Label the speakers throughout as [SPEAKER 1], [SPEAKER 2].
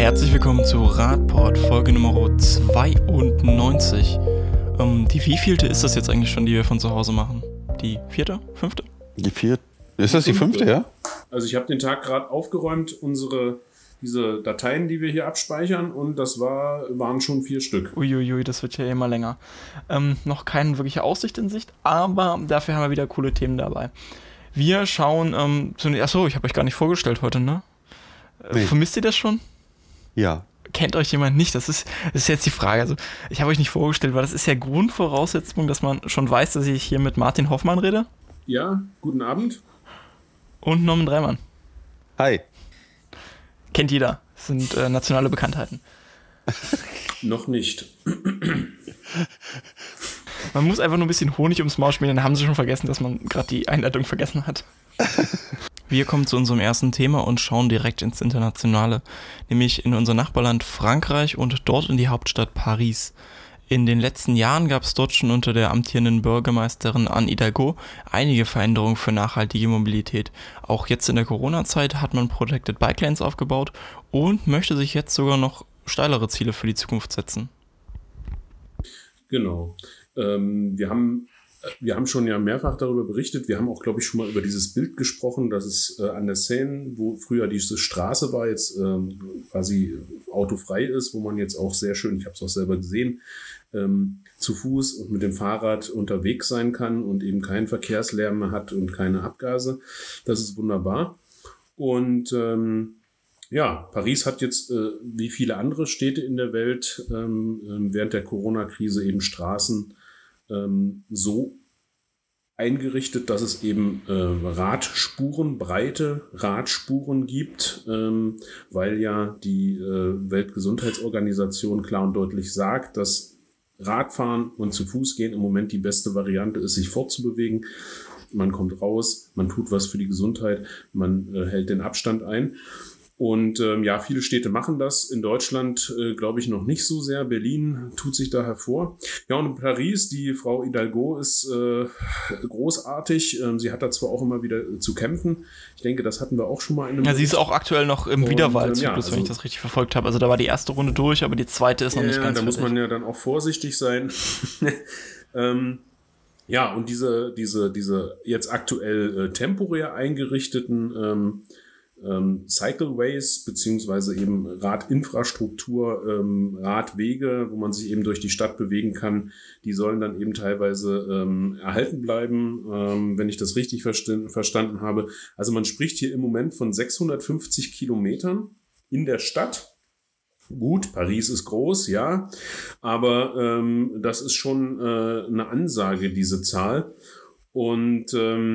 [SPEAKER 1] Herzlich willkommen zu Radport, Folge Nummer 92. Die wievielte ist das jetzt eigentlich schon, die wir von zu Hause machen? Die vierte? Fünfte?
[SPEAKER 2] Die vierte. Ist das die fünfte, ja?
[SPEAKER 3] Also ich habe den Tag gerade aufgeräumt, diese Dateien, die wir hier abspeichern, und das waren schon 4 Stück.
[SPEAKER 1] Uiuiui, das wird ja immer länger. Noch keine wirkliche Aussicht in Sicht, aber dafür haben wir wieder coole Themen dabei. Wir schauen achso, ich habe euch gar nicht vorgestellt heute, ne? Nee. Vermisst ihr das schon?
[SPEAKER 2] Ja.
[SPEAKER 1] Kennt euch jemand nicht? Das ist jetzt die Frage. Also, ich habe euch nicht vorgestellt, weil das ist ja Grundvoraussetzung, dass man schon weiß, dass ich hier mit Martin Hoffmann rede.
[SPEAKER 3] Ja, guten Abend.
[SPEAKER 1] Und Norman Dreimann.
[SPEAKER 2] Hi.
[SPEAKER 1] Kennt jeder. Das sind nationale Bekanntheiten.
[SPEAKER 3] Noch nicht.
[SPEAKER 1] Man muss einfach nur ein bisschen Honig ums Maul schmieren, dann haben sie schon vergessen, dass man gerade die Einleitung vergessen hat. Wir kommen zu unserem ersten Thema und schauen direkt ins Internationale, nämlich in unser Nachbarland Frankreich und dort in die Hauptstadt Paris. In den letzten Jahren gab es dort schon unter der amtierenden Bürgermeisterin Anne Hidalgo einige Veränderungen für nachhaltige Mobilität. Auch jetzt in der Corona-Zeit hat man Protected Bike Lanes aufgebaut und möchte sich jetzt sogar noch steilere Ziele für die Zukunft setzen.
[SPEAKER 3] Genau. Wir haben schon ja mehrfach darüber berichtet. Wir haben auch, glaube ich, schon mal über dieses Bild gesprochen, dass es an der Seine, wo früher diese Straße war, jetzt quasi autofrei ist, wo man jetzt auch sehr schön, ich habe es auch selber gesehen, zu Fuß und mit dem Fahrrad unterwegs sein kann und eben keinen Verkehrslärm mehr hat und keine Abgase. Das ist wunderbar. Und Paris hat jetzt, wie viele andere Städte in der Welt, während der Corona-Krise eben Straßen so eingerichtet, dass es eben breite Radspuren gibt, weil ja die Weltgesundheitsorganisation klar und deutlich sagt, dass Radfahren und zu Fuß gehen im Moment die beste Variante ist, sich fortzubewegen. Man kommt raus, man tut was für die Gesundheit, man hält den Abstand ein. Und viele Städte machen das. In Deutschland glaube ich noch nicht so sehr. Berlin tut sich da hervor. Ja, und in Paris, die Frau Hidalgo ist großartig. Sie hat da zwar auch immer wieder zu kämpfen. Ich denke, das hatten wir auch schon mal in einem
[SPEAKER 1] Ja, sie ist auch aktuell noch im Wiederwahlzyklus, wenn ich das richtig verfolgt habe. Also da war die erste Runde durch, aber die zweite ist noch nicht ganz
[SPEAKER 3] fertig. Da muss man ja dann auch vorsichtig sein. Und diese jetzt aktuell temporär eingerichteten Cycleways beziehungsweise eben Radinfrastruktur, Radwege, wo man sich eben durch die Stadt bewegen kann, die sollen dann eben teilweise erhalten bleiben, wenn ich das richtig verstanden habe. Also man spricht hier im Moment von 650 Kilometern in der Stadt. Gut, Paris ist groß, ja, aber das ist schon eine Ansage, diese Zahl. Und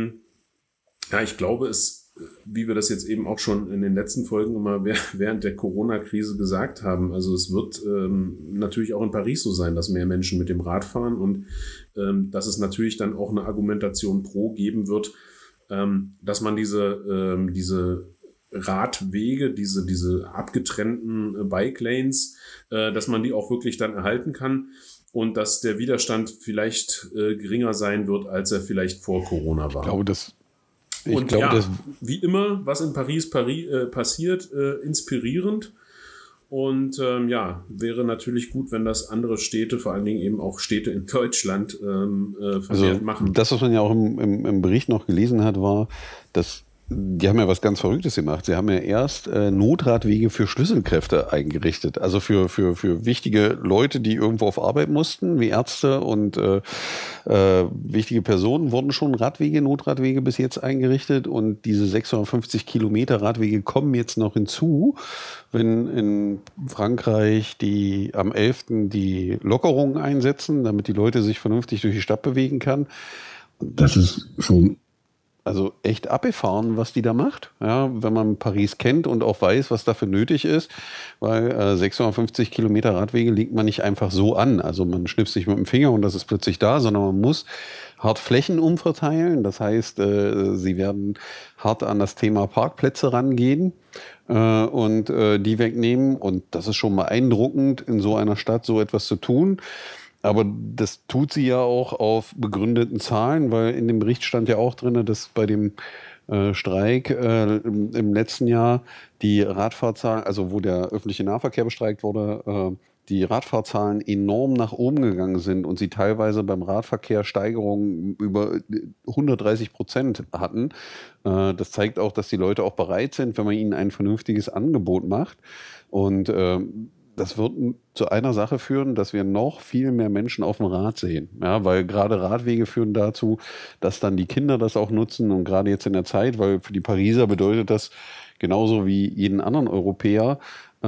[SPEAKER 3] ich glaube, wie wir das jetzt eben auch schon in den letzten Folgen immer während der Corona-Krise gesagt haben, also es wird natürlich auch in Paris so sein, dass mehr Menschen mit dem Rad fahren und dass es natürlich dann auch eine Argumentation pro geben wird, dass man diese Radwege, diese abgetrennten Bike Lanes, dass man die auch wirklich dann erhalten kann und dass der Widerstand vielleicht geringer sein wird, als er vielleicht vor Corona war.
[SPEAKER 2] Ich glaube, das
[SPEAKER 3] wie immer, was in Paris passiert, inspirierend. Und wäre natürlich gut, wenn das andere Städte, vor allen Dingen eben auch Städte in Deutschland, vermehrt machen.
[SPEAKER 2] Das, was man ja auch im Bericht noch gelesen hat, war, dass die haben ja was ganz Verrücktes gemacht. Sie haben ja erst Notradwege für Schlüsselkräfte eingerichtet. Also für wichtige Leute, die irgendwo auf Arbeit mussten, wie Ärzte und wichtige Personen, wurden schon Notradwege bis jetzt eingerichtet. Und diese 650 Kilometer Radwege kommen jetzt noch hinzu, wenn in Frankreich am 11. die Lockerungen einsetzen, damit die Leute sich vernünftig durch die Stadt bewegen kann. Das ist schon echt abgefahren, was die da macht. Ja, wenn man Paris kennt und auch weiß, was dafür nötig ist, weil 650 Kilometer Radwege legt man nicht einfach so an. Also man schnipst sich mit dem Finger und das ist plötzlich da, sondern man muss hart Flächen umverteilen. Das heißt, sie werden hart an das Thema Parkplätze rangehen und die wegnehmen. Und das ist schon beeindruckend, in so einer Stadt so etwas zu tun. Aber das tut sie ja auch auf begründeten Zahlen, weil in dem Bericht stand ja auch drin, dass bei dem Streik im letzten Jahr die Radfahrzahlen, also wo der öffentliche Nahverkehr bestreikt wurde, die Radfahrzahlen enorm nach oben gegangen sind und sie teilweise beim Radverkehr Steigerungen über 130% hatten. Das zeigt auch, dass die Leute auch bereit sind, wenn man ihnen ein vernünftiges Angebot macht. Und das wird zu einer Sache führen, dass wir noch viel mehr Menschen auf dem Rad sehen. Ja, weil gerade Radwege führen dazu, dass dann die Kinder das auch nutzen und gerade jetzt in der Zeit, weil für die Pariser bedeutet das genauso wie jeden anderen Europäer,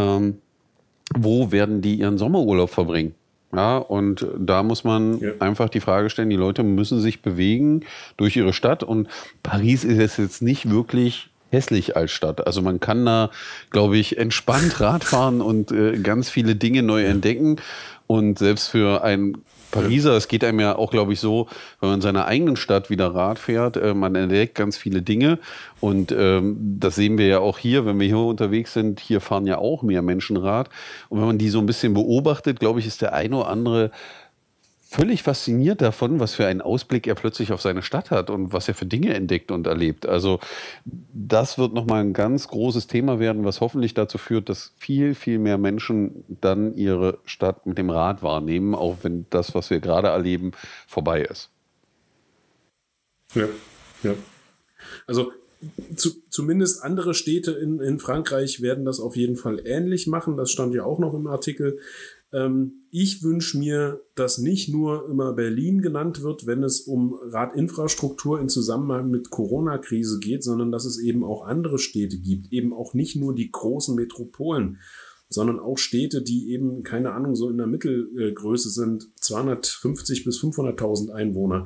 [SPEAKER 2] wo werden die ihren Sommerurlaub verbringen? Ja, und da muss man einfach die Frage stellen, die Leute müssen sich bewegen durch ihre Stadt und Paris ist jetzt nicht wirklich hässlich als Stadt. Also man kann da, glaube ich, entspannt Rad fahren und ganz viele Dinge neu entdecken. Und selbst für einen Pariser, es geht einem ja auch, glaube ich, so, wenn man in seiner eigenen Stadt wieder Rad fährt, man entdeckt ganz viele Dinge. Und das sehen wir ja auch hier, wenn wir hier unterwegs sind. Hier fahren ja auch mehr Menschen Rad. Und wenn man die so ein bisschen beobachtet, glaube ich, ist der eine oder andere völlig fasziniert davon, was für einen Ausblick er plötzlich auf seine Stadt hat und was er für Dinge entdeckt und erlebt. Also das wird nochmal ein ganz großes Thema werden, was hoffentlich dazu führt, dass viel, viel mehr Menschen dann ihre Stadt mit dem Rad wahrnehmen, auch wenn das, was wir gerade erleben, vorbei ist.
[SPEAKER 3] Ja. Also zumindest andere Städte in Frankreich werden das auf jeden Fall ähnlich machen. Das stand ja auch noch im Artikel. Ich wünsche mir, dass nicht nur immer Berlin genannt wird, wenn es um Radinfrastruktur in Zusammenhang mit Corona-Krise geht, sondern dass es eben auch andere Städte gibt, eben auch nicht nur die großen Metropolen, sondern auch Städte, die eben, keine Ahnung, so in der Mittelgröße sind, 250 bis 500.000 Einwohner,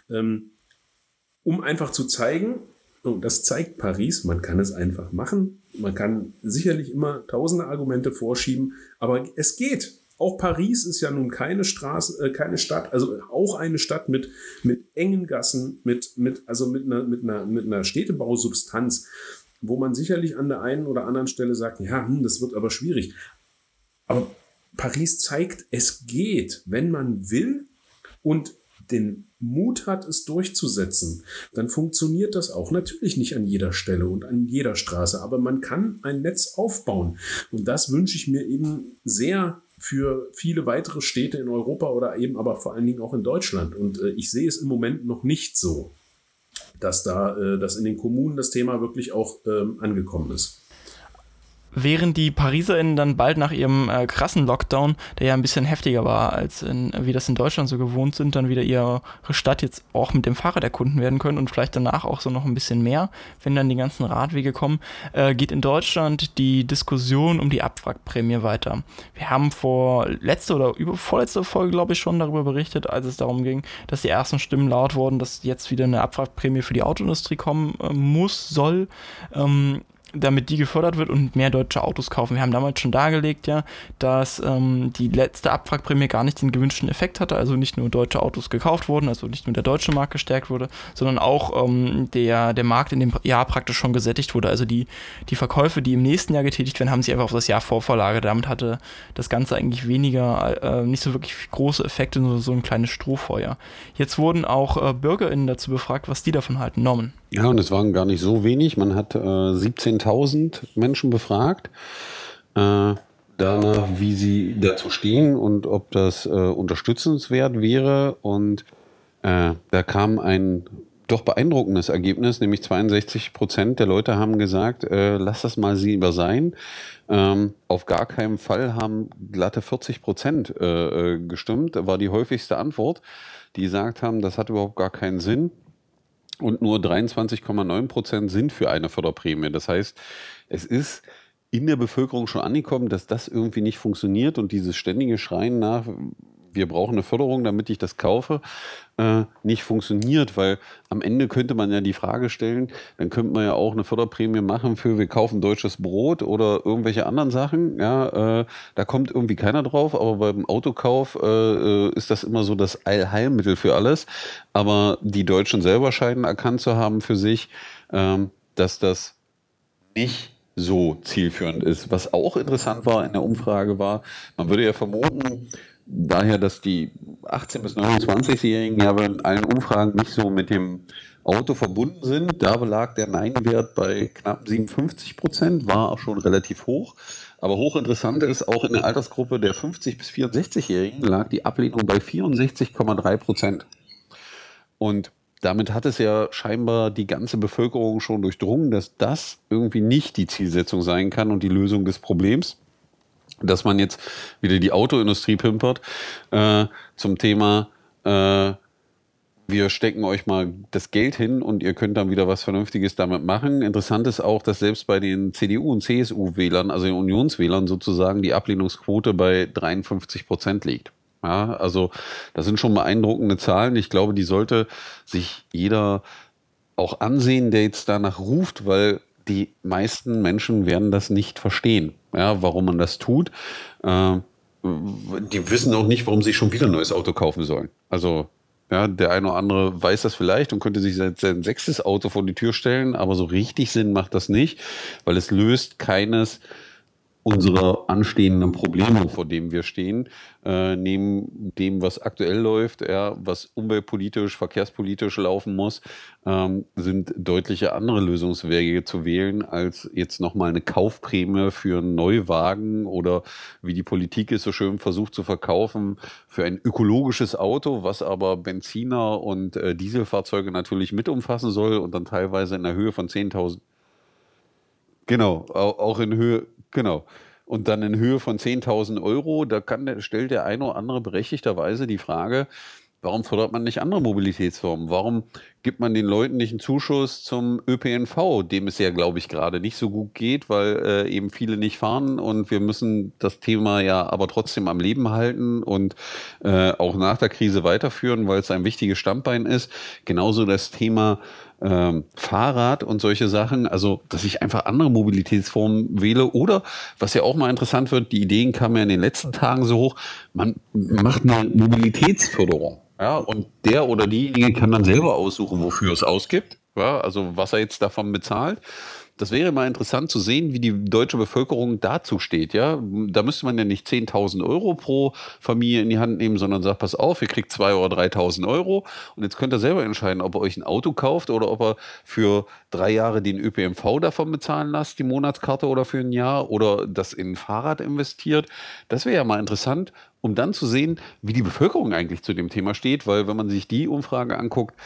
[SPEAKER 3] um einfach zu zeigen, und das zeigt Paris, man kann es einfach machen, man kann sicherlich immer tausende Argumente vorschieben, aber es geht. Auch Paris ist ja nun keine Stadt, also auch eine Stadt mit engen Gassen, mit einer Städtebausubstanz, wo man sicherlich an der einen oder anderen Stelle sagt, ja, das wird aber schwierig. Aber Paris zeigt, es geht, wenn man will und den Mut hat, es durchzusetzen, dann funktioniert das auch. Natürlich nicht an jeder Stelle und an jeder Straße, aber man kann ein Netz aufbauen. Und das wünsche ich mir eben sehr für viele weitere Städte in Europa oder eben aber vor allen Dingen auch in Deutschland. Und ich sehe es im Moment noch nicht so, dass dass in den Kommunen das Thema wirklich auch angekommen ist.
[SPEAKER 1] Während die PariserInnen dann bald nach ihrem krassen Lockdown, der ja ein bisschen heftiger war, als wie das in Deutschland so gewohnt sind, dann wieder ihre Stadt jetzt auch mit dem Fahrrad erkunden werden können und vielleicht danach auch so noch ein bisschen mehr, wenn dann die ganzen Radwege kommen, geht in Deutschland die Diskussion um die Abwrackprämie weiter. Wir haben vorletzte Folge, glaube ich, schon darüber berichtet, als es darum ging, dass die ersten Stimmen laut wurden, dass jetzt wieder eine Abwrackprämie für die Autoindustrie kommen soll, damit die gefördert wird und mehr deutsche Autos kaufen. Wir haben damals schon dargelegt, ja, dass die letzte Abwrackprämie gar nicht den gewünschten Effekt hatte, also nicht nur deutsche Autos gekauft wurden, also nicht nur der deutsche Markt gestärkt wurde, sondern auch der Markt in dem Jahr praktisch schon gesättigt wurde. Also die Verkäufe, die im nächsten Jahr getätigt werden, haben sich einfach auf das Jahr vorverlagert. Damit hatte das Ganze eigentlich nicht so wirklich große Effekte, nur so ein kleines Strohfeuer. Jetzt wurden auch BürgerInnen dazu befragt, was die davon halten. Norman.
[SPEAKER 2] Ja, und es waren gar nicht so wenig. Man hat 17.000 Menschen befragt, danach, wie sie dazu stehen und ob das unterstützenswert wäre. Und da kam ein doch beeindruckendes Ergebnis, nämlich 62% der Leute haben gesagt, lass das mal lieber sein. Auf gar keinen Fall haben glatte 40% gestimmt. Das war die häufigste Antwort, die gesagt haben, das hat überhaupt gar keinen Sinn. Und nur 23,9% sind für eine Förderprämie. Das heißt, es ist in der Bevölkerung schon angekommen, dass das irgendwie nicht funktioniert und dieses ständige Schreien nach, wir brauchen eine Förderung, damit ich das kaufe, nicht funktioniert, weil am Ende könnte man ja die Frage stellen, dann könnte man ja auch eine Förderprämie machen für wir kaufen deutsches Brot oder irgendwelche anderen Sachen. Ja, da kommt irgendwie keiner drauf, aber beim Autokauf ist das immer so das Allheilmittel für alles. Aber die Deutschen selber scheinen erkannt zu haben für sich, dass das nicht so zielführend ist. Was auch interessant war in der Umfrage war, man würde ja vermuten, daher, dass die 18- bis 29-Jährigen ja in allen Umfragen nicht so mit dem Auto verbunden sind. Da lag der Nein-Wert bei knapp 57%, war auch schon relativ hoch. Aber hochinteressant ist, auch in der Altersgruppe der 50- bis 64-Jährigen lag die Ablehnung bei 64,3%. Und damit hat es ja scheinbar die ganze Bevölkerung schon durchdrungen, dass das irgendwie nicht die Zielsetzung sein kann und die Lösung des Problems, dass man jetzt wieder die Autoindustrie pimpert zum Thema wir stecken euch mal das Geld hin und ihr könnt dann wieder was Vernünftiges damit machen. Interessant ist auch, dass selbst bei den CDU- und CSU-Wählern, also den Unionswählern sozusagen, die Ablehnungsquote bei 53% liegt. Ja, also das sind schon beeindruckende Zahlen. Ich glaube, die sollte sich jeder auch ansehen, der jetzt danach ruft, weil die meisten Menschen werden das nicht verstehen, ja, warum man das tut. Die wissen auch nicht, warum sie schon wieder ein neues Auto kaufen sollen. Also ja, der eine oder andere weiß das vielleicht und könnte sich sein 6. Auto vor die Tür stellen, aber so richtig Sinn macht das nicht, weil es löst keines unserer anstehenden Probleme, vor denen wir stehen, neben dem, was aktuell läuft, ja, was umweltpolitisch, verkehrspolitisch laufen muss, sind deutliche andere Lösungswege zu wählen, als jetzt nochmal eine Kaufprämie für einen Neuwagen oder wie die Politik es so schön versucht zu verkaufen, für ein ökologisches Auto, was aber Benziner und Dieselfahrzeuge natürlich mit umfassen soll und dann teilweise in der Höhe von 10.000. Genau, auch in Höhe, genau. Und dann in Höhe von 10.000 Euro, da stellt der eine oder andere berechtigterweise die Frage, warum fördert man nicht andere Mobilitätsformen? Warum gibt man den Leuten nicht einen Zuschuss zum ÖPNV, dem es ja, glaube ich, gerade nicht so gut geht, weil eben viele nicht fahren und wir müssen das Thema ja aber trotzdem am Leben halten und auch nach der Krise weiterführen, weil es ein wichtiges Standbein ist. Genauso das Thema Fahrrad und solche Sachen, also dass ich einfach andere Mobilitätsformen wähle oder, was ja auch mal interessant wird, die Ideen kamen ja in den letzten Tagen so hoch, man macht eine Mobilitätsförderung. Ja, und der oder diejenige kann dann selber aussuchen, wofür es ausgibt, ja, also was er jetzt davon bezahlt. Das wäre mal interessant zu sehen, wie die deutsche Bevölkerung dazu steht. Ja? Da müsste man ja nicht 10.000 Euro pro Familie in die Hand nehmen, sondern sagt, pass auf, ihr kriegt 2.000 oder 3.000 Euro und jetzt könnt ihr selber entscheiden, ob ihr euch ein Auto kauft oder ob ihr für 3 Jahre den ÖPNV davon bezahlen lasst, die Monatskarte oder für ein Jahr oder das in ein Fahrrad investiert. Das wäre ja mal interessant, um dann zu sehen, wie die Bevölkerung eigentlich zu dem Thema steht, weil wenn man sich die Umfrage anguckt,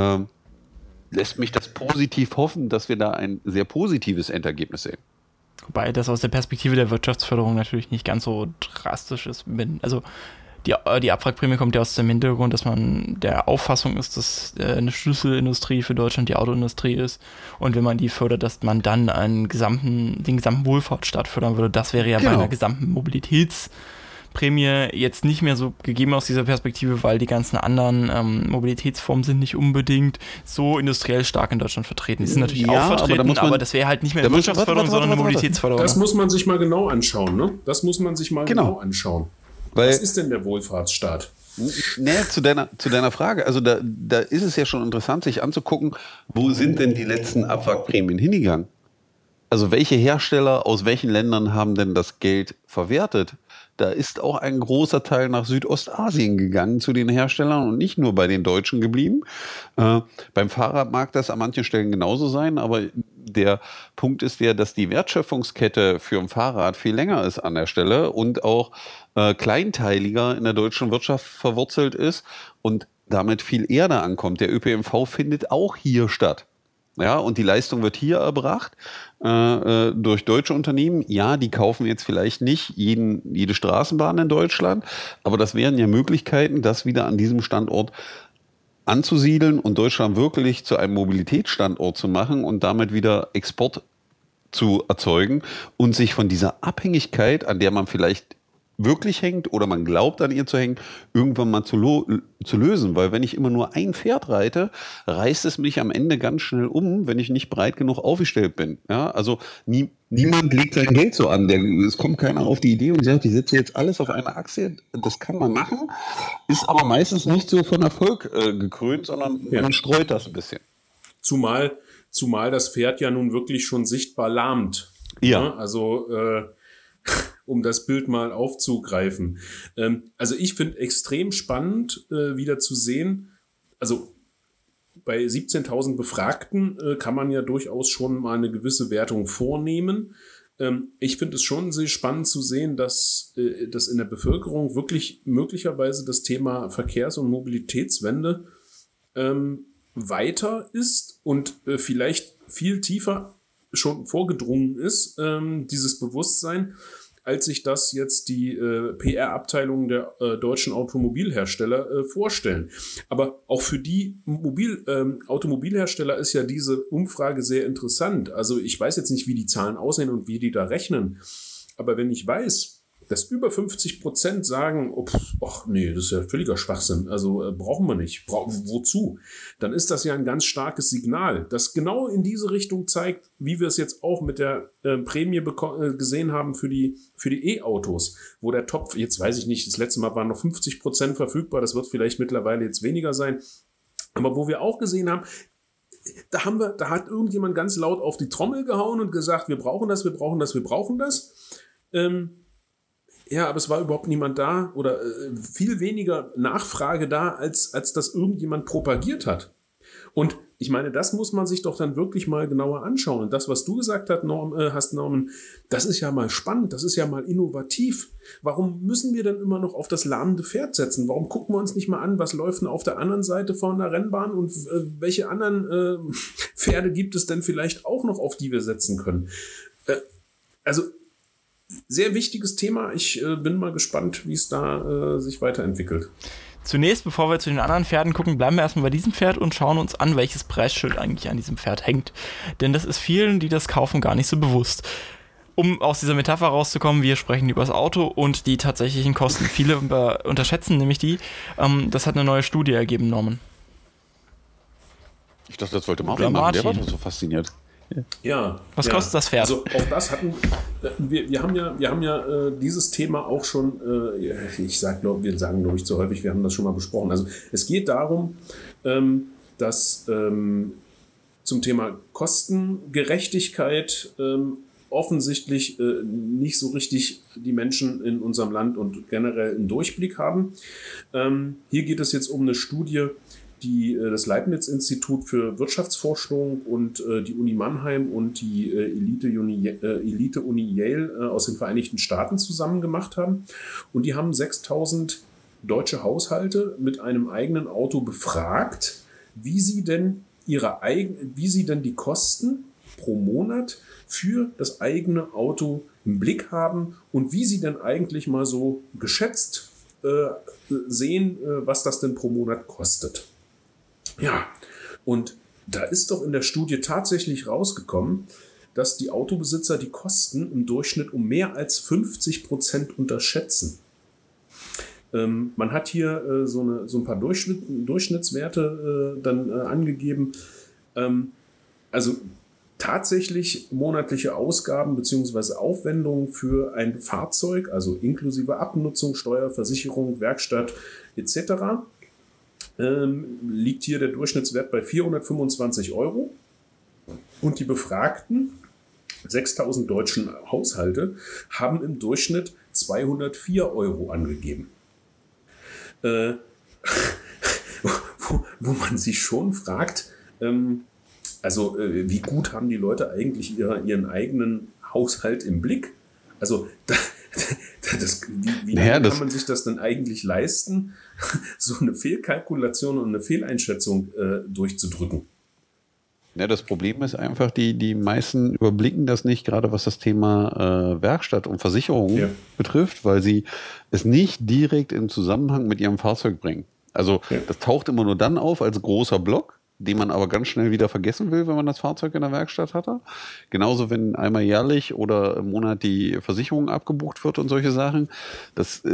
[SPEAKER 2] lässt mich das positiv hoffen, dass wir da ein sehr positives Endergebnis sehen.
[SPEAKER 1] Wobei das aus der Perspektive der Wirtschaftsförderung natürlich nicht ganz so drastisch ist. Also die Abwrackprämie kommt ja aus dem Hintergrund, dass man der Auffassung ist, dass eine Schlüsselindustrie für Deutschland die Autoindustrie ist. Und wenn man die fördert, dass man dann den gesamten Wohlfahrtsstaat fördern würde. Das wäre ja bei einer gesamten Mobilitätsprämie jetzt nicht mehr so gegeben aus dieser Perspektive, weil die ganzen anderen Mobilitätsformen sind nicht unbedingt so industriell stark in Deutschland vertreten. Die sind natürlich auch vertreten, aber das wäre halt nicht mehr Wirtschaftsförderung, sondern eine Mobilitätsförderung.
[SPEAKER 3] Das muss man sich mal genau anschauen, ne? Das muss man sich mal genau anschauen. Was ist denn der Wohlfahrtsstaat?
[SPEAKER 2] Zu deiner Frage, also da ist es ja schon interessant, sich anzugucken, wo sind denn die letzten Abwrackprämien hingegangen? Also welche Hersteller aus welchen Ländern haben denn das Geld verwertet? Da ist auch ein großer Teil nach Südostasien gegangen zu den Herstellern und nicht nur bei den Deutschen geblieben. Beim Fahrrad mag das an manchen Stellen genauso sein, aber der Punkt ist der, dass die Wertschöpfungskette für ein Fahrrad viel länger ist an der Stelle und auch kleinteiliger in der deutschen Wirtschaft verwurzelt ist und damit viel eher da ankommt. Der ÖPNV findet auch hier statt. Ja, und die Leistung wird hier erbracht durch deutsche Unternehmen. Ja, die kaufen jetzt vielleicht nicht jede Straßenbahn in Deutschland, aber das wären ja Möglichkeiten, das wieder an diesem Standort anzusiedeln und Deutschland wirklich zu einem Mobilitätsstandort zu machen und damit wieder Export zu erzeugen und sich von dieser Abhängigkeit, an der man vielleicht wirklich hängt oder man glaubt an ihr zu hängen, irgendwann mal zu lösen. Weil wenn ich immer nur ein Pferd reite, reißt es mich am Ende ganz schnell um, wenn ich nicht breit genug aufgestellt bin. Ja, also niemand legt sein Geld so an. Es kommt keiner auf die Idee und sagt, ich setze jetzt alles auf eine Achse. Das kann man machen, ist aber meistens nicht so von Erfolg gekrönt, sondern man streut das ein bisschen.
[SPEAKER 3] Zumal das Pferd ja nun wirklich schon sichtbar lahmt.
[SPEAKER 2] Ja.
[SPEAKER 3] Ja, also um das Bild mal aufzugreifen. Also ich finde extrem spannend, wieder zu sehen, also bei 17.000 Befragten kann man ja durchaus schon mal eine gewisse Wertung vornehmen. Ich finde es schon sehr spannend zu sehen, dass in der Bevölkerung wirklich möglicherweise das Thema Verkehrs- und Mobilitätswende weiter ist und vielleicht viel tiefer schon vorgedrungen ist, dieses Bewusstsein, als sich das jetzt die PR-Abteilungen der deutschen Automobilhersteller vorstellen. Aber auch für die Automobilhersteller ist ja diese Umfrage sehr interessant. Also ich weiß jetzt nicht, wie die Zahlen aussehen und wie die da rechnen. Aber wenn ich weiß, dass über 50% sagen, ach nee, das ist ja völliger Schwachsinn, also brauchen wir nicht, wozu? Dann ist das ja ein ganz starkes Signal, das genau in diese Richtung zeigt, wie wir es jetzt auch mit der Prämie gesehen haben für die E-Autos, wo der Topf, jetzt weiß ich nicht, das letzte Mal waren noch 50% verfügbar, das wird vielleicht mittlerweile jetzt weniger sein, aber wo wir auch gesehen haben, da hat irgendjemand ganz laut auf die Trommel gehauen und gesagt, wir brauchen das, wir brauchen das, wir brauchen das. Ja, aber es war überhaupt niemand da oder viel weniger Nachfrage da, als das irgendjemand propagiert hat. Und ich meine, das muss man sich doch dann wirklich mal genauer anschauen. Und das, was du gesagt hast, Norman, das ist ja mal spannend, das ist ja mal innovativ. Warum müssen wir denn immer noch auf das lahmende Pferd setzen? Warum gucken wir uns nicht mal an, was läuft denn auf der anderen Seite von der Rennbahn und welche anderen Pferde gibt es denn vielleicht auch noch, auf die wir setzen können? Also sehr wichtiges Thema. Ich bin mal gespannt, wie es da sich weiterentwickelt.
[SPEAKER 1] Zunächst, bevor wir zu den anderen Pferden gucken, bleiben wir erstmal bei diesem Pferd und schauen uns an, welches Preisschild eigentlich an diesem Pferd hängt. Denn das ist vielen, die das kaufen, gar nicht so bewusst. Um aus dieser Metapher rauszukommen, wir sprechen über das Auto und die tatsächlichen Kosten. Viele unterschätzen nämlich die. Das hat eine neue Studie ergeben, Norman.
[SPEAKER 2] Ich dachte, das wollte Martin machen, der war doch so fasziniert.
[SPEAKER 3] Ja.
[SPEAKER 1] Was kostet das Pferd?
[SPEAKER 3] Also auch das hatten wir haben ja dieses Thema auch schon, wir sagen glaube ich zu häufig, wir haben das schon mal besprochen. Also es geht darum, dass zum Thema Kostengerechtigkeit offensichtlich nicht so richtig die Menschen in unserem Land und generell einen Durchblick haben. Hier geht es jetzt um eine Studie, die das Leibniz-Institut für Wirtschaftsforschung und die Uni Mannheim und die Elite-Uni Yale aus den Vereinigten Staaten zusammen gemacht haben. Und die haben 6.000 deutsche Haushalte mit einem eigenen Auto befragt, wie sie denn die Kosten pro Monat für das eigene Auto im Blick haben und wie sie denn eigentlich mal so geschätzt sehen, was das denn pro Monat kostet. Ja, und da ist doch in der Studie tatsächlich rausgekommen, dass die Autobesitzer die Kosten im Durchschnitt um mehr als 50% unterschätzen. Man hat hier so ein paar Durchschnittswerte dann angegeben. Also tatsächlich monatliche Ausgaben bzw. Aufwendungen für ein Fahrzeug, also inklusive Abnutzung, Steuer, Versicherung, Werkstatt etc., liegt hier der Durchschnittswert bei 425 €. Und die befragten 6.000 deutschen Haushalte haben im Durchschnitt 204 € angegeben. Wo man sich schon fragt, wie gut haben die Leute eigentlich ihren eigenen Haushalt im Blick? Also wie kann man sich das denn eigentlich leisten, so eine Fehlkalkulation und eine Fehleinschätzung durchzudrücken?
[SPEAKER 2] Ja, das Problem ist einfach, die meisten überblicken das nicht, gerade was das Thema Werkstatt und Versicherung betrifft, weil sie es nicht direkt in Zusammenhang mit ihrem Fahrzeug bringen. Also das taucht immer nur dann auf als großer Block, den man aber ganz schnell wieder vergessen will, wenn man das Fahrzeug in der Werkstatt hatte. Genauso, wenn einmal jährlich oder im Monat die Versicherung abgebucht wird und solche Sachen. Das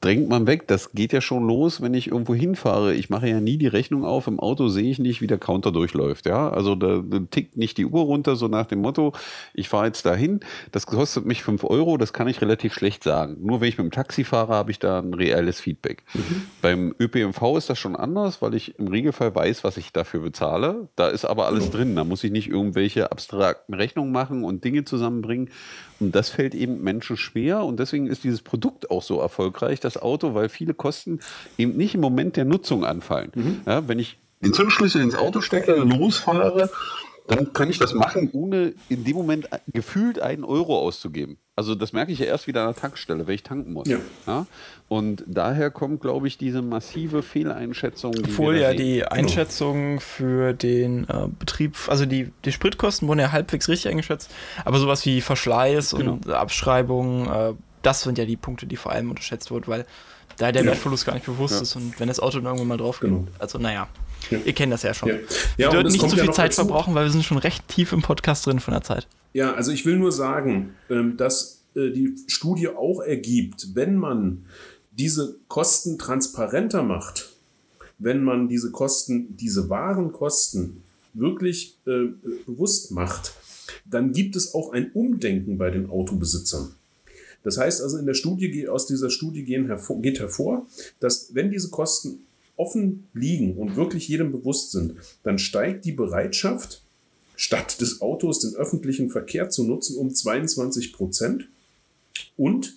[SPEAKER 2] drängt man weg. Das geht ja schon los, wenn ich irgendwo hinfahre. Ich mache ja nie die Rechnung auf. Im Auto sehe ich nicht, wie der Counter durchläuft. Ja, also da tickt nicht die Uhr runter, so nach dem Motto, ich fahre jetzt dahin. Das kostet mich 5 Euro. Das kann ich relativ schlecht sagen. Nur wenn ich mit dem Taxi fahre, habe ich da ein reelles Feedback. Beim ÖPNV ist das schon anders, weil ich im Regelfall weiß, was ich dafür bezahle. Da ist aber alles drin. Da muss ich nicht irgendwelche abstrakten Rechnungen machen und Dinge zusammenbringen. Und das fällt eben Menschen schwer. Und deswegen ist dieses Produkt auch so erfolgreich, das Auto, weil viele Kosten eben nicht im Moment der Nutzung anfallen. Ja, wenn ich den Zündschlüssel ins Auto stecke, losfahre, dann kann ich das machen, ohne in dem Moment gefühlt 1 Euro auszugeben. Also das merke ich ja erst wieder an der Tankstelle, wenn ich tanken muss. Ja. Ja? Und daher kommt, glaube ich, diese massive Fehleinschätzung.
[SPEAKER 1] Obwohl ja die Einschätzung für den Betrieb, also die Spritkosten wurden ja halbwegs richtig eingeschätzt, aber sowas wie Verschleiß und Abschreibung, das sind ja die Punkte, die vor allem unterschätzt wurden, weil da der Wertverlust gar nicht bewusst ist und wenn das Auto dann irgendwann mal drauf geht. Also naja. Ja. Ihr kennt das ja schon. Wir sollten nicht so viel Zeit verbrauchen, weil wir sind schon recht tief im Podcast drin von der Zeit.
[SPEAKER 3] Ja, also ich will nur sagen, dass die Studie auch ergibt, wenn man diese Kosten transparenter macht, wenn man diese wahren Kosten wirklich bewusst macht, dann gibt es auch ein Umdenken bei den Autobesitzern. Das heißt also, aus dieser Studie geht hervor, dass wenn diese Kosten offen liegen und wirklich jedem bewusst sind, dann steigt die Bereitschaft, statt des Autos den öffentlichen Verkehr zu nutzen, um 22% und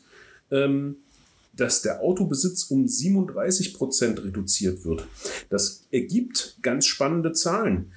[SPEAKER 3] dass der Autobesitz um 37% reduziert wird. Das ergibt ganz spannende Zahlen,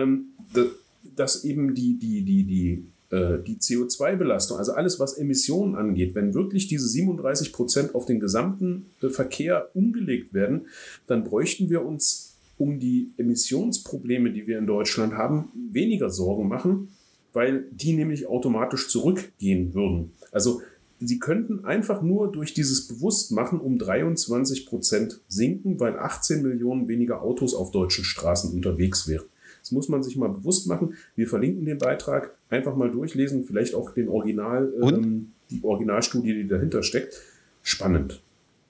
[SPEAKER 3] dass eben die CO2-Belastung, also alles, was Emissionen angeht, wenn wirklich diese 37% auf den gesamten Verkehr umgelegt werden, dann bräuchten wir uns um die Emissionsprobleme, die wir in Deutschland haben, weniger Sorgen machen, weil die nämlich automatisch zurückgehen würden. Also sie könnten einfach nur durch dieses Bewusstmachen um 23% sinken, weil 18 Millionen weniger Autos auf deutschen Straßen unterwegs wären. Das muss man sich mal bewusst machen. Wir verlinken den Beitrag, einfach mal durchlesen, vielleicht auch die Originalstudie, die dahinter steckt. Spannend.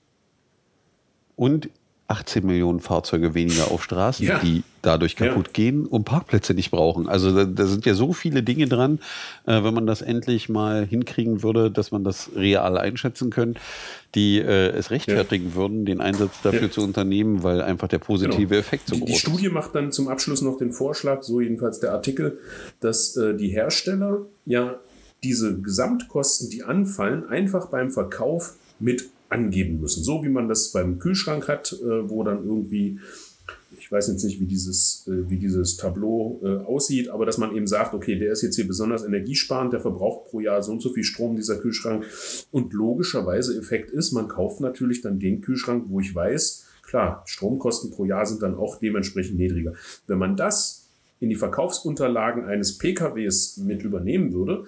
[SPEAKER 2] Und 18 Millionen Fahrzeuge weniger auf Straßen, die dadurch kaputt gehen und Parkplätze nicht brauchen. Also da sind ja so viele Dinge dran, wenn man das endlich mal hinkriegen würde, dass man das real einschätzen könnte, die es rechtfertigen würden, den Einsatz dafür zu unternehmen, weil einfach der positive Effekt so groß ist.
[SPEAKER 3] Die Studie macht dann zum Abschluss noch den Vorschlag, so jedenfalls der Artikel, dass die Hersteller ja diese Gesamtkosten, die anfallen, einfach beim Verkauf mit angeben müssen. So wie man das beim Kühlschrank hat, wo dann irgendwie, ich weiß jetzt nicht, wie dieses Tableau aussieht, aber dass man eben sagt, okay, der ist jetzt hier besonders energiesparend, der verbraucht pro Jahr so und so viel Strom, dieser Kühlschrank. Und logischerweise Effekt ist, man kauft natürlich dann den Kühlschrank, wo ich weiß, klar, Stromkosten pro Jahr sind dann auch dementsprechend niedriger. Wenn man das in die Verkaufsunterlagen eines PKWs mit übernehmen würde,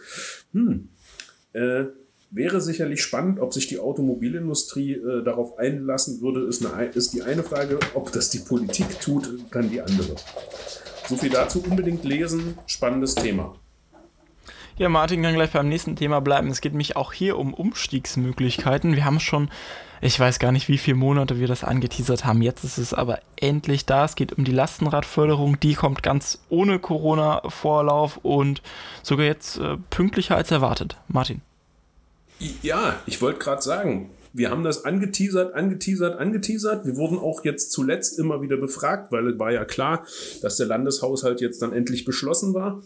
[SPEAKER 3] wäre sicherlich spannend, ob sich die Automobilindustrie darauf einlassen würde, ist die eine Frage. Ob das die Politik tut, dann die andere. So viel dazu, unbedingt lesen. Spannendes Thema.
[SPEAKER 1] Ja, Martin kann gleich beim nächsten Thema bleiben. Es geht mich auch hier um Umstiegsmöglichkeiten. Wir haben schon, ich weiß gar nicht, wie viele Monate wir das angeteasert haben. Jetzt ist es aber endlich da. Es geht um die Lastenradförderung. Die kommt ganz ohne Corona-Vorlauf und sogar jetzt pünktlicher als erwartet. Martin.
[SPEAKER 3] Ja, ich wollte gerade sagen, wir haben das angeteasert. Wir wurden auch jetzt zuletzt immer wieder befragt, weil es war ja klar, dass der Landeshaushalt jetzt dann endlich beschlossen war.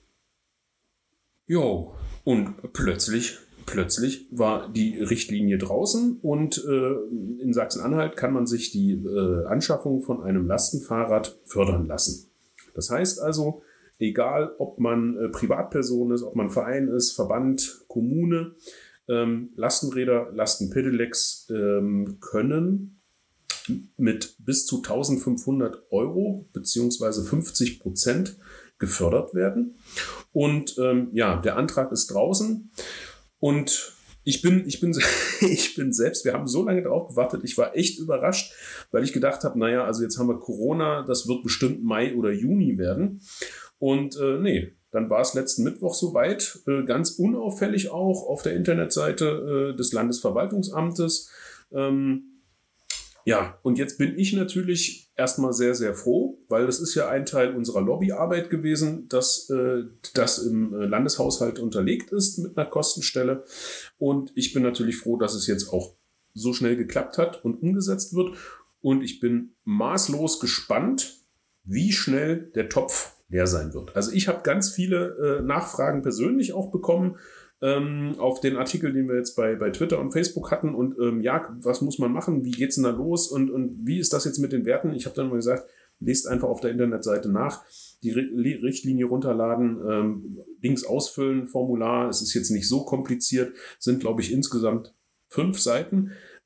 [SPEAKER 3] Jo, und plötzlich war die Richtlinie draußen und in Sachsen-Anhalt kann man sich die Anschaffung von einem Lastenfahrrad fördern lassen. Das heißt also, egal ob man Privatperson ist, ob man Verein ist, Verband, Kommune, Lastenräder, Lastenpedelecs können mit bis zu 1.500 € beziehungsweise 50% gefördert werden. Und der Antrag ist draußen und ich bin selbst, wir haben so lange darauf gewartet, ich war echt überrascht, weil ich gedacht habe, naja, also jetzt haben wir Corona, das wird bestimmt Mai oder Juni werden. Und dann war es letzten Mittwoch soweit, ganz unauffällig auch auf der Internetseite des Landesverwaltungsamtes Ja, und jetzt bin ich natürlich erstmal sehr, sehr froh, weil das ist ja ein Teil unserer Lobbyarbeit gewesen, dass das im Landeshaushalt unterlegt ist mit einer Kostenstelle. Und ich bin natürlich froh, dass es jetzt auch so schnell geklappt hat und umgesetzt wird. Und ich bin maßlos gespannt, wie schnell der Topf leer sein wird. Also ich habe ganz viele Nachfragen persönlich auch bekommen, auf den Artikel, den wir jetzt bei Twitter und Facebook hatten und was muss man machen, wie geht's denn da los und wie ist das jetzt mit den Werten? Ich habe dann mal gesagt, lest einfach auf der Internetseite nach, die Richtlinie runterladen, Links ausfüllen, Formular, es ist jetzt nicht so kompliziert, sind glaube ich insgesamt 5 Seiten.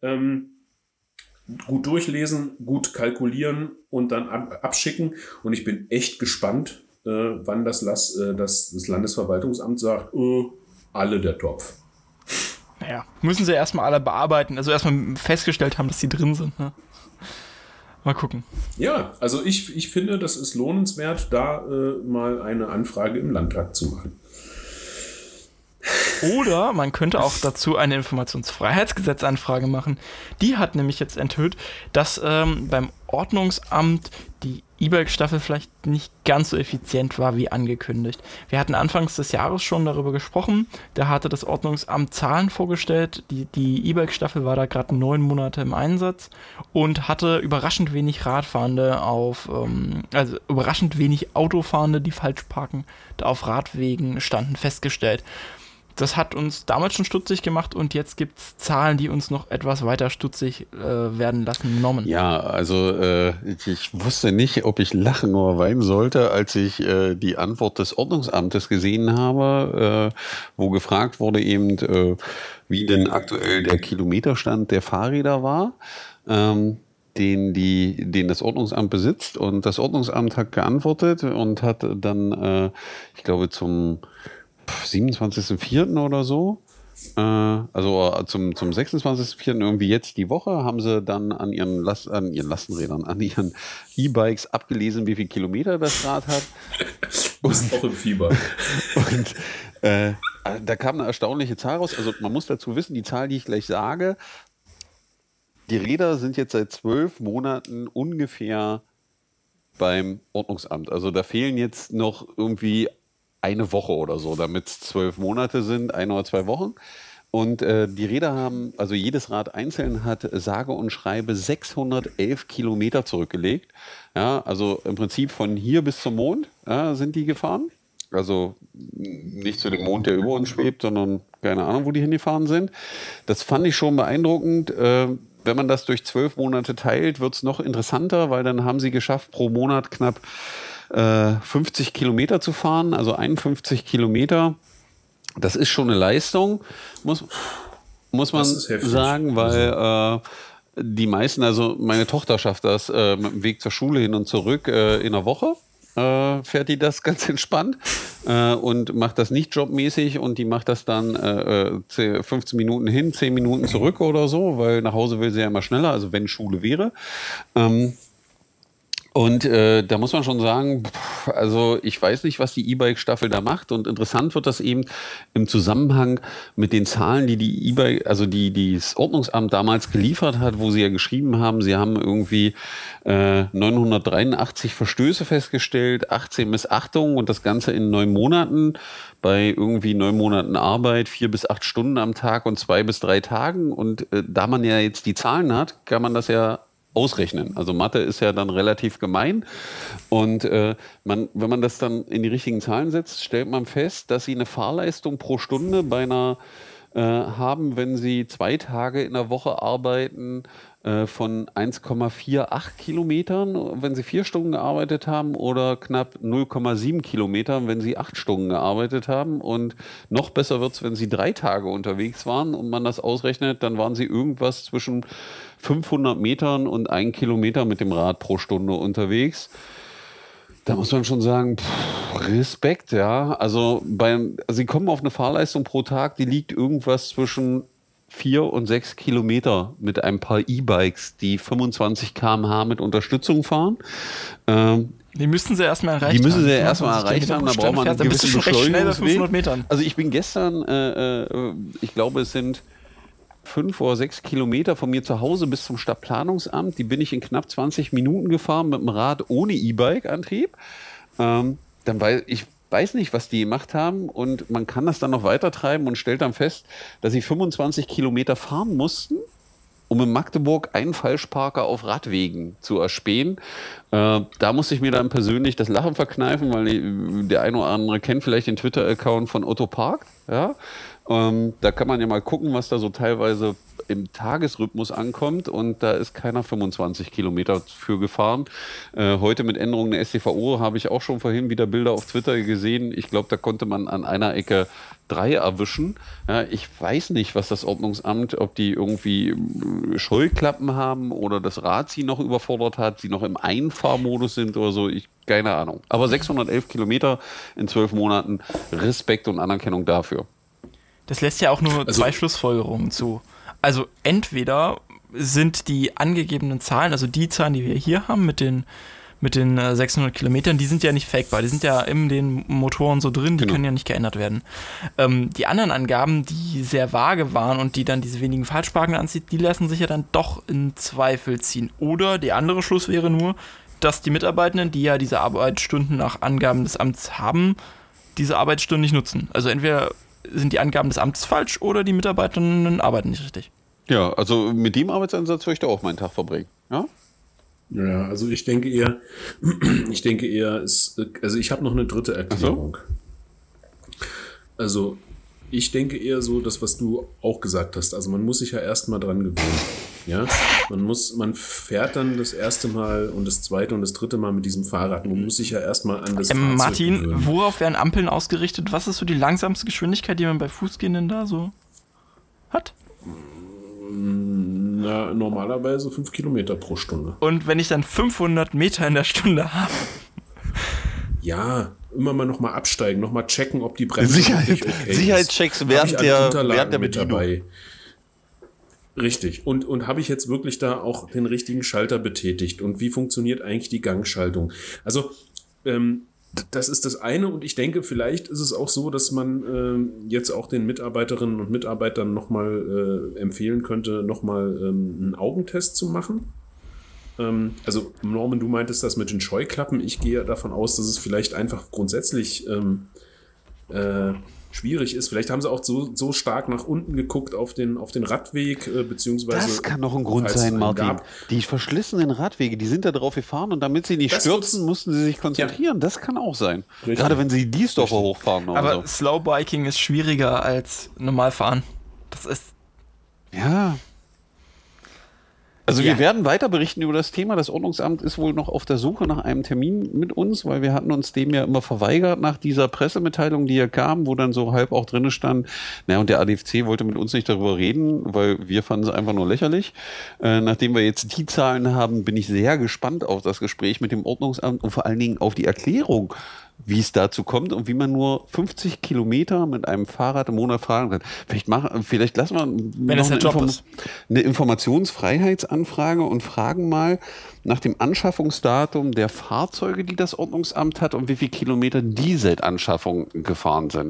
[SPEAKER 3] Gut durchlesen, gut kalkulieren und dann abschicken und ich bin echt gespannt, wann das Landesverwaltungsamt sagt, alle der Topf.
[SPEAKER 1] Naja, müssen sie erstmal alle bearbeiten, also erstmal festgestellt haben, dass die drin sind. Ne? Mal gucken.
[SPEAKER 3] Ja, also ich finde, das ist lohnenswert, da mal eine Anfrage im Landtag zu machen.
[SPEAKER 1] Oder man könnte auch dazu eine Informationsfreiheitsgesetzanfrage machen. Die hat nämlich jetzt enthüllt, dass beim Ordnungsamt die E-Bike-Staffel vielleicht nicht ganz so effizient war wie angekündigt. Wir hatten anfangs des Jahres schon darüber gesprochen. Da hatte das Ordnungsamt Zahlen vorgestellt. Die E-Bike-Staffel war da gerade 9 Monate im Einsatz und hatte überraschend wenig Radfahrende also überraschend wenig Autofahrende, die falsch parken, da auf Radwegen standen, festgestellt. Das hat uns damals schon stutzig gemacht und jetzt gibt es Zahlen, die uns noch etwas weiter stutzig werden lassen, genommen.
[SPEAKER 2] Ja, also ich wusste nicht, ob ich lachen oder weinen sollte, als ich die Antwort des Ordnungsamtes gesehen habe, wo gefragt wurde eben, wie denn aktuell der Kilometerstand der Fahrräder war. Den das Ordnungsamt besitzt. Und das Ordnungsamt hat geantwortet und hat dann, ich glaube, zum 27.04. oder so, also zum 26.04. irgendwie jetzt die Woche, haben sie dann an ihren Lastenrädern, an ihren E-Bikes abgelesen, wie viel Kilometer das Rad hat.
[SPEAKER 3] Du bist auch im Fieber.
[SPEAKER 2] Und da kam eine erstaunliche Zahl raus. Also man muss dazu wissen, die Zahl, die ich gleich sage, die Räder sind jetzt seit 12 Monaten ungefähr beim Ordnungsamt. Also da fehlen jetzt noch irgendwie eine Woche oder so, damit es 12 Monate sind, 1 oder 2 Wochen. Und die Räder haben, also jedes Rad einzeln hat sage und schreibe 611 Kilometer zurückgelegt. Ja, also im Prinzip von hier bis zum Mond sind die gefahren. Also nicht zu dem Mond, der über uns schwebt, sondern keine Ahnung, wo die hingefahren sind. Das fand ich schon beeindruckend. Wenn man das durch 12 Monate teilt, wird es noch interessanter, weil dann haben sie geschafft, pro Monat knapp 50 Kilometer zu fahren, also 51 Kilometer. Das ist schon eine Leistung, muss man sagen, weil die meisten, also meine Tochter schafft das mit dem Weg zur Schule hin und zurück in einer Woche. Fährt die das ganz entspannt und macht das nicht jobmäßig und die macht das dann 15 Minuten hin, 10 Minuten zurück oder so, weil nach Hause will sie ja immer schneller, also wenn Schule wäre. Und da muss man schon sagen, also ich weiß nicht, was die E-Bike-Staffel da macht. Und interessant wird das eben im Zusammenhang mit den Zahlen, die E-Bike, also die das Ordnungsamt damals geliefert hat, wo sie ja geschrieben haben, sie haben irgendwie 983 Verstöße festgestellt, 18 Missachtungen und das Ganze in 9 Monaten. Bei irgendwie 9 Monaten Arbeit, 4 bis 8 Stunden am Tag und 2 bis 3 Tagen. Und da man ja jetzt die Zahlen hat, kann man das ja ausrechnen. Also Mathe ist ja dann relativ gemein und wenn man das dann in die richtigen Zahlen setzt, stellt man fest, dass sie eine Fahrleistung pro Stunde bei einer haben, wenn sie 2 Tage in der Woche arbeiten, von 1,48 Kilometern, wenn sie 4 Stunden gearbeitet haben, oder knapp 0,7 Kilometern, wenn sie 8 Stunden gearbeitet haben. Und noch besser wird es, wenn sie 3 Tage unterwegs waren und man das ausrechnet, dann waren sie irgendwas zwischen 500 Metern und 1 Kilometer mit dem Rad pro Stunde unterwegs. Da muss man schon sagen, Respekt, ja. Also sie kommen auf eine Fahrleistung pro Tag, die liegt irgendwas zwischen 4 und 6 Kilometer mit ein paar E-Bikes, die 25 km/h mit Unterstützung fahren.
[SPEAKER 1] Die müssten sie erstmal erreicht haben.
[SPEAKER 2] Die müssen sie erstmal erreicht haben, da braucht man einen gewissen Beschleunigungsweg. Also ich bin gestern, ich glaube es sind 5 oder 6 Kilometer von mir zu Hause bis zum Stadtplanungsamt. Die bin ich in knapp 20 Minuten gefahren mit dem Rad ohne E-Bike-Antrieb. Ich weiß nicht, was die gemacht haben, und man kann das dann noch weiter treiben und stellt dann fest, dass sie 25 Kilometer fahren mussten, um in Magdeburg einen Falschparker auf Radwegen zu erspähen. Da musste ich mir dann persönlich das Lachen verkneifen, weil der eine oder andere kennt vielleicht den Twitter-Account von Otto Park. Ja? Da kann man ja mal gucken, was da so teilweise im Tagesrhythmus ankommt, und da ist keiner 25 Kilometer für gefahren. Heute mit Änderungen der StVO habe ich auch schon vorhin wieder Bilder auf Twitter gesehen. Ich glaube, da konnte man an einer Ecke 3 erwischen. Ja, ich weiß nicht, was das Ordnungsamt, ob die irgendwie Scheuklappen haben oder das Rad sie noch überfordert hat, sie noch im Einfahrmodus sind oder so. Keine Ahnung. Aber 611 Kilometer in 12 Monaten, Respekt und Anerkennung dafür.
[SPEAKER 1] Das lässt ja auch nur 2 Schlussfolgerungen zu. Also entweder sind die angegebenen Zahlen, also die Zahlen, die wir hier haben mit den 600 Kilometern, die sind ja nicht fakebar, die sind ja in den Motoren so drin, die können ja nicht geändert werden. Die anderen Angaben, die sehr vage waren und die dann diese wenigen Falschparken anzieht, die lassen sich ja dann doch in Zweifel ziehen. Oder der andere Schluss wäre nur, dass die Mitarbeitenden, die ja diese Arbeitsstunden nach Angaben des Amts haben, diese Arbeitsstunden nicht nutzen. Also entweder sind die Angaben des Amtes falsch oder die Mitarbeitenden arbeiten nicht richtig.
[SPEAKER 2] Ja, also mit dem Arbeitsansatz würde ich da auch meinen Tag verbringen. Ja?
[SPEAKER 3] Ja, also ich denke eher, also ich habe noch eine dritte Erklärung. Also ich denke eher so, das, was du auch gesagt hast. Also man muss sich ja erstmal dran gewöhnen. Ja, man fährt dann das erste Mal und das zweite und das dritte Mal mit diesem Fahrrad. Man muss sich ja erstmal an das Fahrzeug
[SPEAKER 1] Martin,
[SPEAKER 3] gewöhnen.
[SPEAKER 1] Worauf werden Ampeln ausgerichtet? Was ist so die langsamste Geschwindigkeit, die man bei Fußgehenden da so hat?
[SPEAKER 3] Na, normalerweise 5 Kilometer pro Stunde.
[SPEAKER 1] Und wenn ich dann 500 Meter in der Stunde habe?
[SPEAKER 3] Ja, immer mal nochmal absteigen, nochmal checken, ob die Bremse okay ist.
[SPEAKER 2] Sicherheitschecks während der
[SPEAKER 3] mit
[SPEAKER 2] Bedienung.
[SPEAKER 3] dabei. Richtig. Und habe ich jetzt wirklich da auch den richtigen Schalter betätigt? Und wie funktioniert eigentlich die Gangschaltung? Also, das ist das eine. Und ich denke, vielleicht ist es auch so, dass man jetzt auch den Mitarbeiterinnen und Mitarbeitern nochmal empfehlen könnte, nochmal einen Augentest zu machen. Also, Norman, du meintest das mit den Scheuklappen. Ich gehe davon aus, dass es vielleicht einfach grundsätzlich schwierig ist. Vielleicht haben sie auch so stark nach unten geguckt auf den Radweg, beziehungsweise...
[SPEAKER 2] Das kann noch ein Grund sein, Martin. Die verschlissenen Radwege, die sind da drauf gefahren, und damit sie nicht stürzen, mussten sie sich konzentrieren. Ja. Das kann auch sein. Richtig. Gerade wenn sie die Stoffe hochfahren.
[SPEAKER 1] Aber so. Slowbiking ist schwieriger als Normalfahren. Das ist...
[SPEAKER 2] Ja... Also wir werden weiter berichten über das Thema. Das Ordnungsamt ist wohl noch auf der Suche nach einem Termin mit uns, weil wir hatten uns dem ja immer verweigert nach dieser Pressemitteilung, die ja kam, wo dann so halb auch drin stand, und der ADFC wollte mit uns nicht darüber reden, weil wir fanden es einfach nur lächerlich. Nachdem wir jetzt die Zahlen haben, bin ich sehr gespannt auf das Gespräch mit dem Ordnungsamt und vor allen Dingen auf die Erklärung, wie es dazu kommt und wie man nur 50 Kilometer mit einem Fahrrad im Monat fahren kann. Vielleicht lassen wir eine Informationsfreiheitsanfrage und fragen mal nach dem Anschaffungsdatum der Fahrzeuge, die das Ordnungsamt hat, und wie viele Kilometer die seit Anschaffung gefahren sind.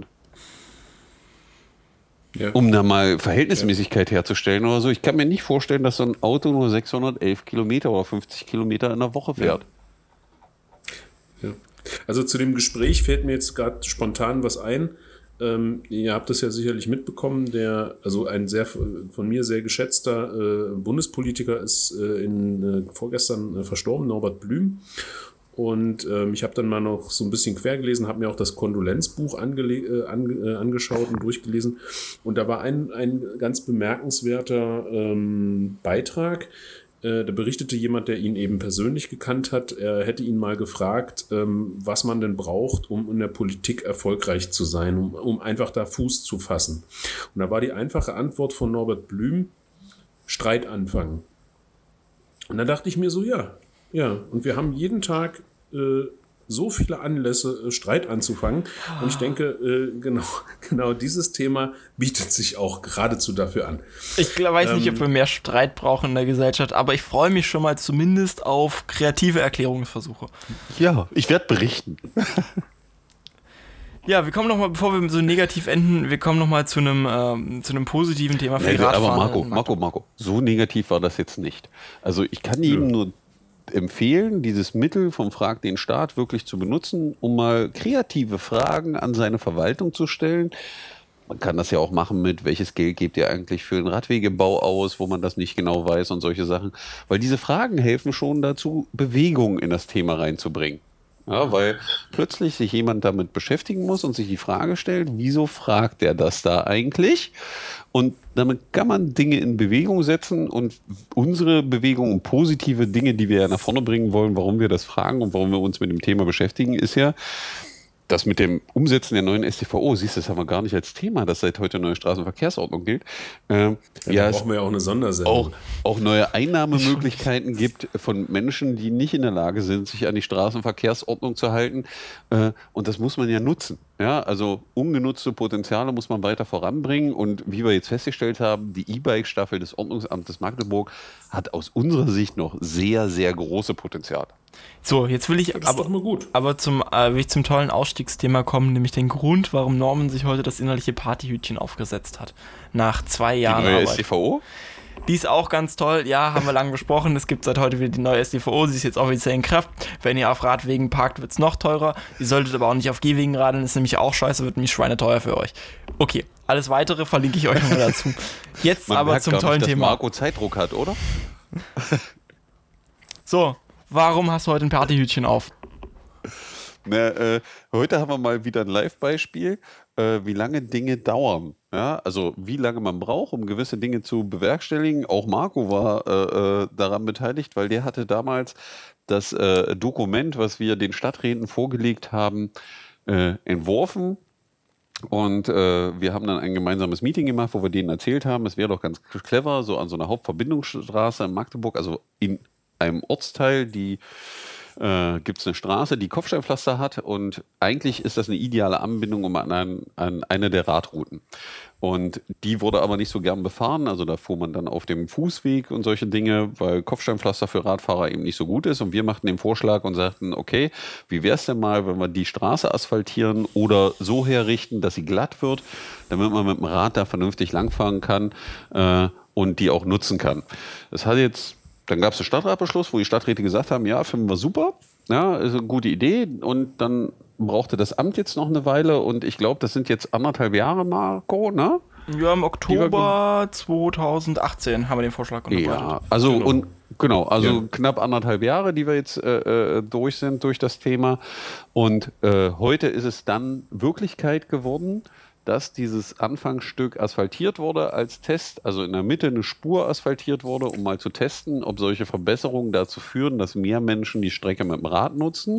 [SPEAKER 2] Ja. Um da mal Verhältnismäßigkeit herzustellen oder so. Ich kann mir nicht vorstellen, dass so ein Auto nur 611 Kilometer oder 50 Kilometer in der Woche fährt.
[SPEAKER 3] Ja. Also zu dem Gespräch fällt mir jetzt gerade spontan was ein. Ihr habt das ja sicherlich mitbekommen, ein sehr von mir sehr geschätzter Bundespolitiker ist vorgestern verstorben, Norbert Blüm. Und ich habe dann mal noch so ein bisschen quer gelesen, habe mir auch das Kondolenzbuch angeschaut und durchgelesen. Und da war ein ganz bemerkenswerter Beitrag. Da berichtete jemand, der ihn eben persönlich gekannt hat, er hätte ihn mal gefragt, was man denn braucht, um in der Politik erfolgreich zu sein, um einfach da Fuß zu fassen. Und da war die einfache Antwort von Norbert Blüm, Streit anfangen. Und dann dachte ich mir so, ja. Und wir haben jeden Tag so viele Anlässe, Streit anzufangen. Und ich denke, genau dieses Thema bietet sich auch geradezu dafür an.
[SPEAKER 1] Ich weiß nicht, ob wir mehr Streit brauchen in der Gesellschaft, aber ich freue mich schon mal zumindest auf kreative Erklärungsversuche.
[SPEAKER 2] Ja, ich werde berichten.
[SPEAKER 1] Ja, wir kommen nochmal, bevor wir so negativ enden, wir kommen nochmal zu einem positiven Thema für die Radfahrer.
[SPEAKER 2] Aber Marco, so negativ war das jetzt nicht. Also ich kann jedem nur empfehlen, dieses Mittel vom Frag den Staat wirklich zu benutzen, um mal kreative Fragen an seine Verwaltung zu stellen. Man kann das ja auch machen mit, welches Geld gebt ihr eigentlich für den Radwegebau aus, wo man das nicht genau weiß und solche Sachen. Weil diese Fragen helfen schon dazu, Bewegung in das Thema reinzubringen. Ja, weil plötzlich sich jemand damit beschäftigen muss und sich die Frage stellt, wieso fragt der das da eigentlich? Und damit kann man Dinge in Bewegung setzen und unsere Bewegung und positive Dinge, die wir ja nach vorne bringen wollen, warum wir das fragen und warum wir uns mit dem Thema beschäftigen, ist ja, das mit dem Umsetzen der neuen StVO, siehst du, das haben wir gar nicht als Thema, dass seit heute neue Straßenverkehrsordnung gilt.
[SPEAKER 3] Da brauchen wir ja auch eine Sondersendung.
[SPEAKER 2] Auch neue Einnahmemöglichkeiten gibt von Menschen, die nicht in der Lage sind, sich an die Straßenverkehrsordnung zu halten. Und das muss man ja nutzen. Ja, also ungenutzte Potenziale muss man weiter voranbringen. Und wie wir jetzt festgestellt haben, die E-Bike-Staffel des Ordnungsamtes Magdeburg hat aus unserer Sicht noch sehr, sehr große Potenziale.
[SPEAKER 1] So, jetzt will ich zum tollen Ausstiegsthema kommen, nämlich den Grund, warum Norman sich heute das innerliche Partyhütchen aufgesetzt hat. Nach 2 Jahren
[SPEAKER 2] die neue
[SPEAKER 1] Arbeit.
[SPEAKER 2] StVO?
[SPEAKER 1] Die ist auch ganz toll, ja, haben wir lange besprochen. Es gibt seit heute wieder die neue StVO, sie ist jetzt offiziell in Kraft. Wenn ihr auf Radwegen parkt, wird es noch teurer. Ihr solltet aber auch nicht auf Gehwegen radeln, ist nämlich auch scheiße, wird nämlich schweineteuer für euch. Okay, alles Weitere verlinke ich euch nochmal dazu. Jetzt
[SPEAKER 2] Man
[SPEAKER 1] aber
[SPEAKER 2] merkt
[SPEAKER 1] zum
[SPEAKER 2] gar
[SPEAKER 1] tollen
[SPEAKER 2] nicht,
[SPEAKER 1] Thema.
[SPEAKER 2] dass Marco Zeitdruck hat, oder?
[SPEAKER 1] So, warum hast du heute ein Partyhütchen auf?
[SPEAKER 2] Heute haben wir mal wieder ein Live-Beispiel, wie lange Dinge dauern. Ja? Also wie lange man braucht, um gewisse Dinge zu bewerkstelligen. Auch Marco war daran beteiligt, weil der hatte damals das Dokument, was wir den Stadträten vorgelegt haben, entworfen. Und wir haben dann ein gemeinsames Meeting gemacht, wo wir denen erzählt haben, es wäre doch ganz clever, so an so einer Hauptverbindungsstraße in Magdeburg, also in einem Ortsteil, gibt es eine Straße, die Kopfsteinpflaster hat, und eigentlich ist das eine ideale Anbindung an eine der Radrouten. Und die wurde aber nicht so gern befahren, also da fuhr man dann auf dem Fußweg und solche Dinge, weil Kopfsteinpflaster für Radfahrer eben nicht so gut ist. Und wir machten den Vorschlag und sagten, okay, wie wäre es denn mal, wenn wir die Straße asphaltieren oder so herrichten, dass sie glatt wird, damit man mit dem Rad da vernünftig langfahren kann und die auch nutzen kann. Das hat jetzt... Dann gab es einen Stadtratbeschluss, wo die Stadträte gesagt haben, ja, finden wir super, ja, ist eine gute Idee. Und dann brauchte das Amt jetzt noch eine Weile und ich glaube, das sind jetzt 1,5 Jahre, Marco, ne?
[SPEAKER 1] Ja, im Oktober 2018 haben wir den Vorschlag unterbreitet.
[SPEAKER 2] Ja, also knapp 1,5 Jahre, die wir jetzt durch sind durch das Thema. Und heute ist es dann Wirklichkeit geworden, dass dieses Anfangsstück asphaltiert wurde als Test, also in der Mitte eine Spur asphaltiert wurde, um mal zu testen, ob solche Verbesserungen dazu führen, dass mehr Menschen die Strecke mit dem Rad nutzen.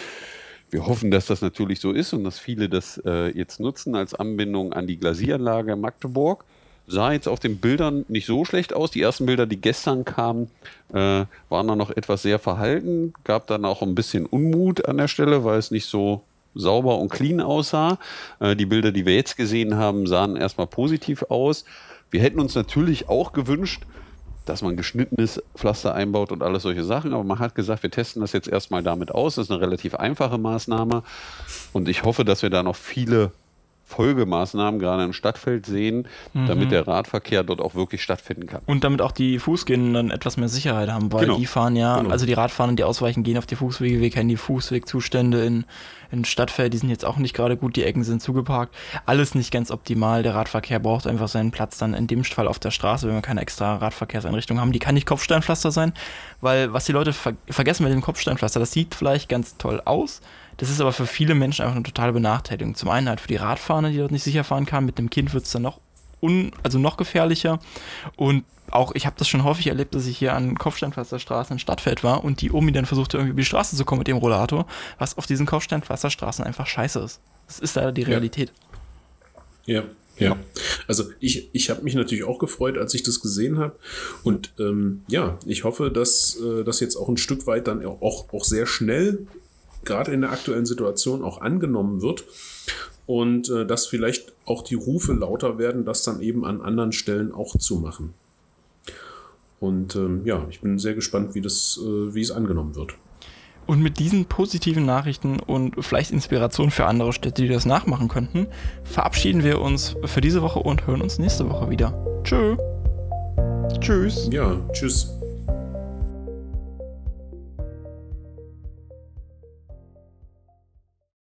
[SPEAKER 2] Wir hoffen, dass das natürlich so ist und dass viele das jetzt nutzen als Anbindung an die Glasieranlage in Magdeburg. Sah jetzt auf den Bildern nicht so schlecht aus. Die ersten Bilder, die gestern kamen, waren dann noch etwas sehr verhalten. Gab dann auch ein bisschen Unmut an der Stelle, weil es nicht so sauber und clean aussah. Die Bilder, die wir jetzt gesehen haben, sahen erstmal positiv aus. Wir hätten uns natürlich auch gewünscht, dass man geschnittenes Pflaster einbaut und alles solche Sachen, aber man hat gesagt, wir testen das jetzt erstmal damit aus. Das ist eine relativ einfache Maßnahme und ich hoffe, dass wir da noch viele Folgemaßnahmen gerade im Stadtfeld sehen, damit der Radverkehr dort auch wirklich stattfinden kann.
[SPEAKER 1] Und damit auch die Fußgänger dann etwas mehr Sicherheit haben, weil die fahren also die Radfahrer, die ausweichen, gehen auf die Fußwege, wir kennen die Fußwegzustände in Stadtfeld, die sind jetzt auch nicht gerade gut, die Ecken sind zugeparkt, alles nicht ganz optimal, der Radverkehr braucht einfach seinen Platz dann in dem Fall auf der Straße, wenn wir keine extra Radverkehrseinrichtung haben, die kann nicht Kopfsteinpflaster sein, weil was die Leute vergessen mit dem Kopfsteinpflaster, das sieht vielleicht ganz toll aus, das ist aber für viele Menschen einfach eine totale Benachteiligung. Zum einen halt für die Radfahrer, die dort nicht sicher fahren kann. Mit dem Kind wird es dann noch gefährlicher. Und auch, ich habe das schon häufig erlebt, dass ich hier an Kopfsteinpflasterstraßen in Stadtfeld war und die Omi dann versuchte, irgendwie über die Straße zu kommen mit dem Rollator, was auf diesen Kopfsteinpflasterstraßen einfach scheiße ist. Das ist leider die Realität.
[SPEAKER 3] Ja. Also ich habe mich natürlich auch gefreut, als ich das gesehen habe. Und ich hoffe, dass das jetzt auch ein Stück weit dann auch sehr schnell gerade in der aktuellen Situation auch angenommen wird und dass vielleicht auch die Rufe lauter werden, das dann eben an anderen Stellen auch zu machen. Und ich bin sehr gespannt, wie es angenommen wird.
[SPEAKER 1] Und mit diesen positiven Nachrichten und vielleicht Inspiration für andere Städte, die das nachmachen könnten, verabschieden wir uns für diese Woche und hören uns nächste Woche wieder. Tschö.
[SPEAKER 2] Tschüss.
[SPEAKER 3] Ja, tschüss.